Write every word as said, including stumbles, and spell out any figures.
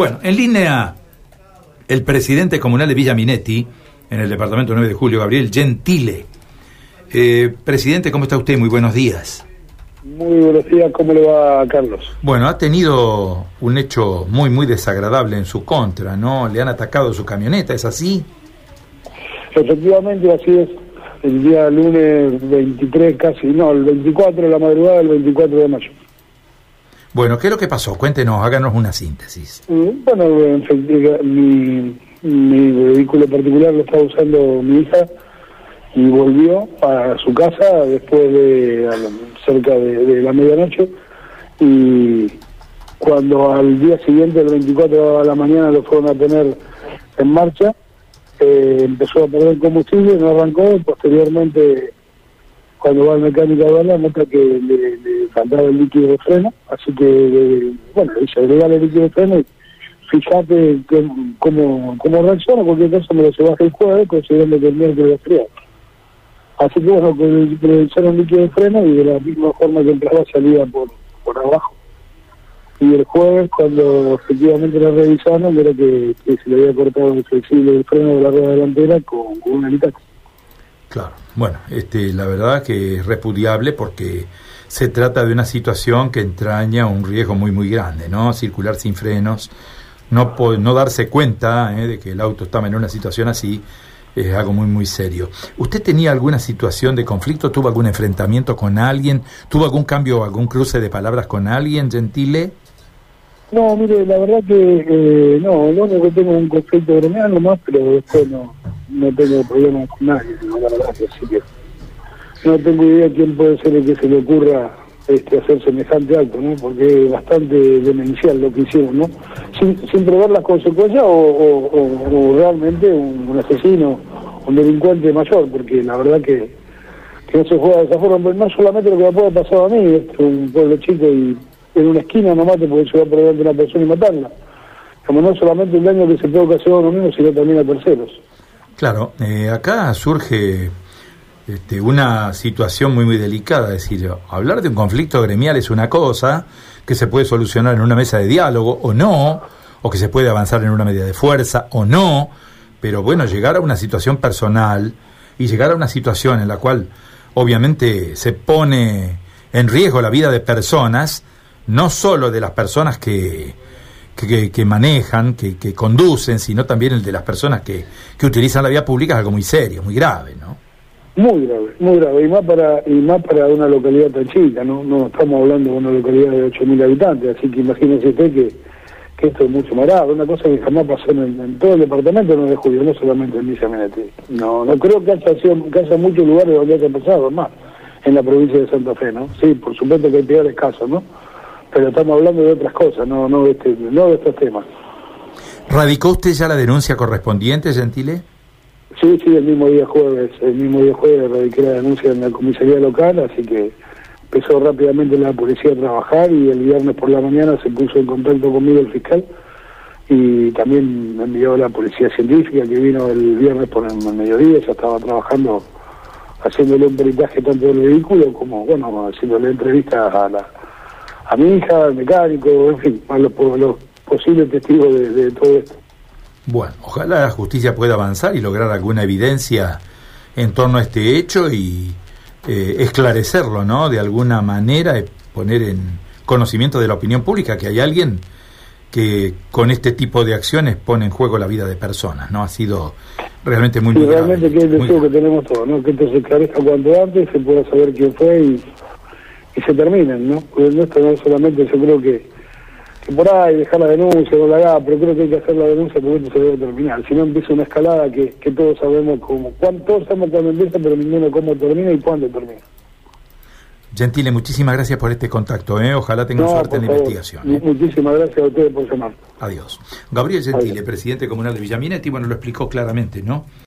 Bueno, en línea, el presidente comunal de Villa Minetti, en el departamento nueve de julio, Gabriel Gentile. Eh, presidente, ¿cómo está usted? Muy buenos días. Muy buenos días, ¿cómo le va, Carlos? Bueno, ha tenido un hecho muy, muy desagradable en su contra, ¿no? Le han atacado su camioneta, ¿es así? Efectivamente, así es. El día lunes veintitrés, casi, no, el veinticuatro de la madrugada del veinticuatro de mayo. Bueno, ¿qué es lo que pasó? Cuéntenos, háganos una síntesis. Bueno, en efecti- mi, mi vehículo particular lo estaba usando mi hija y volvió a su casa después de a la, cerca de, de la medianoche, y cuando al día siguiente, el veinticuatro a la mañana, lo fueron a tener en marcha, eh, empezó a perder combustible, no arrancó. Posteriormente, cuando va al mecánico a verla, nota que le, le faltaba el líquido de freno, así que, le, bueno, le dice, agregale el líquido de freno y fíjate que, cómo, cómo reacciona. Cualquier cosa me lo se baja el jueves, considerando que el miércoles es frío. Así que, bueno, le echaron líquido de freno y de la misma forma que entraba salía por, por abajo. Y el jueves, cuando efectivamente la revisaron, era que, que se le había cortado el flexible del freno de la rueda delantera con, con un alicate. Claro, bueno, este, la verdad que es repudiable porque se trata de una situación que entraña un riesgo muy muy grande, ¿no? Circular sin frenos, no, no darse cuenta eh, de que el auto estaba en una situación así, es algo muy muy serio. ¿Usted tenía alguna situación de conflicto? ¿Tuvo algún enfrentamiento con alguien? ¿Tuvo algún cambio, algún cruce de palabras con alguien, Gentile? No, mire, la verdad que eh, no, lo único que tengo es un conflicto gremial nomás, pero después no, no tengo problemas con nadie, no, la verdad que así que no tengo idea quién puede ser el que se le ocurra este, hacer semejante acto, ¿no? Porque es bastante demencial lo que hicieron, ¿no? Sin, sin prever las consecuencias o, o, o, o realmente un, un asesino, un delincuente mayor, porque la verdad que, que no se juega de esa forma, pero no solamente lo que me puede pasar a mí, es un pueblo chico y en una esquina no mate porque se va por delante de una persona y matarla. Como no solamente el daño que se puede ocasionar a uno mismo, sino también a terceros. Claro, eh, acá surge este, una situación muy muy delicada, es decir, hablar de un conflicto gremial es una cosa que se puede solucionar en una mesa de diálogo o no, o que se puede avanzar en una medida de fuerza o no, pero bueno, llegar a una situación personal y llegar a una situación en la cual obviamente se pone en riesgo la vida de personas, no solo de las personas que, que, que, que manejan, que, que conducen, sino también el de las personas que, que utilizan la vía pública, es algo muy serio, muy grave, ¿no? Muy grave, muy grave, y más para y más para una localidad tan chica, ¿no? No estamos hablando de una localidad de ocho mil habitantes, así que imagínese usted que, que esto es mucho más grave, una cosa que jamás pasó en, en todo el departamento nueve de julio, no solamente en Villa Minetti. No, no creo que haya, sido, que haya muchos lugares donde haya pasado, más en la provincia de Santa Fe, ¿no? Sí, por supuesto que hay peores casos, ¿no? Pero estamos hablando de otras cosas, no no de, este, no de estos temas. ¿Radicó usted ya la denuncia correspondiente, Gentile? Sí, sí, el mismo día jueves, el mismo día jueves radiqué la denuncia en la comisaría local, así que empezó rápidamente la policía a trabajar y el viernes por la mañana se puso en contacto conmigo el fiscal y también me envió la policía científica que vino el viernes por el mediodía, ya estaba trabajando haciéndole un peritaje tanto del vehículo como, bueno, haciéndole entrevistas a la a mi hija, al mecánico, en fin, a los, los posibles testigos de, de todo esto. Bueno, ojalá la justicia pueda avanzar y lograr alguna evidencia en torno a este hecho y eh, esclarecerlo, ¿no? De alguna manera, eh, poner en conocimiento de la opinión pública que hay alguien que con este tipo de acciones pone en juego la vida de personas, ¿no? Ha sido realmente muy, sí, muy realmente grave. Que es el deseo que tenemos todos, ¿no? Que esto se esclarezca cuanto antes, se pueda saber quién fue y y se terminen, ¿no? Porque esto no solamente, yo creo que, que por ahí dejar la denuncia, no la haga, pero creo que hay que hacer la denuncia porque esto se debe terminar. Si no empieza una escalada que, que todos sabemos cómo, cuándo, todos sabemos cuándo empieza, pero ninguno cómo termina y cuándo termina. Gentile, muchísimas gracias por este contacto, ¿eh? Ojalá tengan no, suerte en la favor. investigación. ¿eh? Muchísimas gracias a ustedes por llamar. Adiós. Gabriel Gentile, Adiós. Presidente Comunal de Villa Minetti, bueno, lo explicó claramente, ¿no?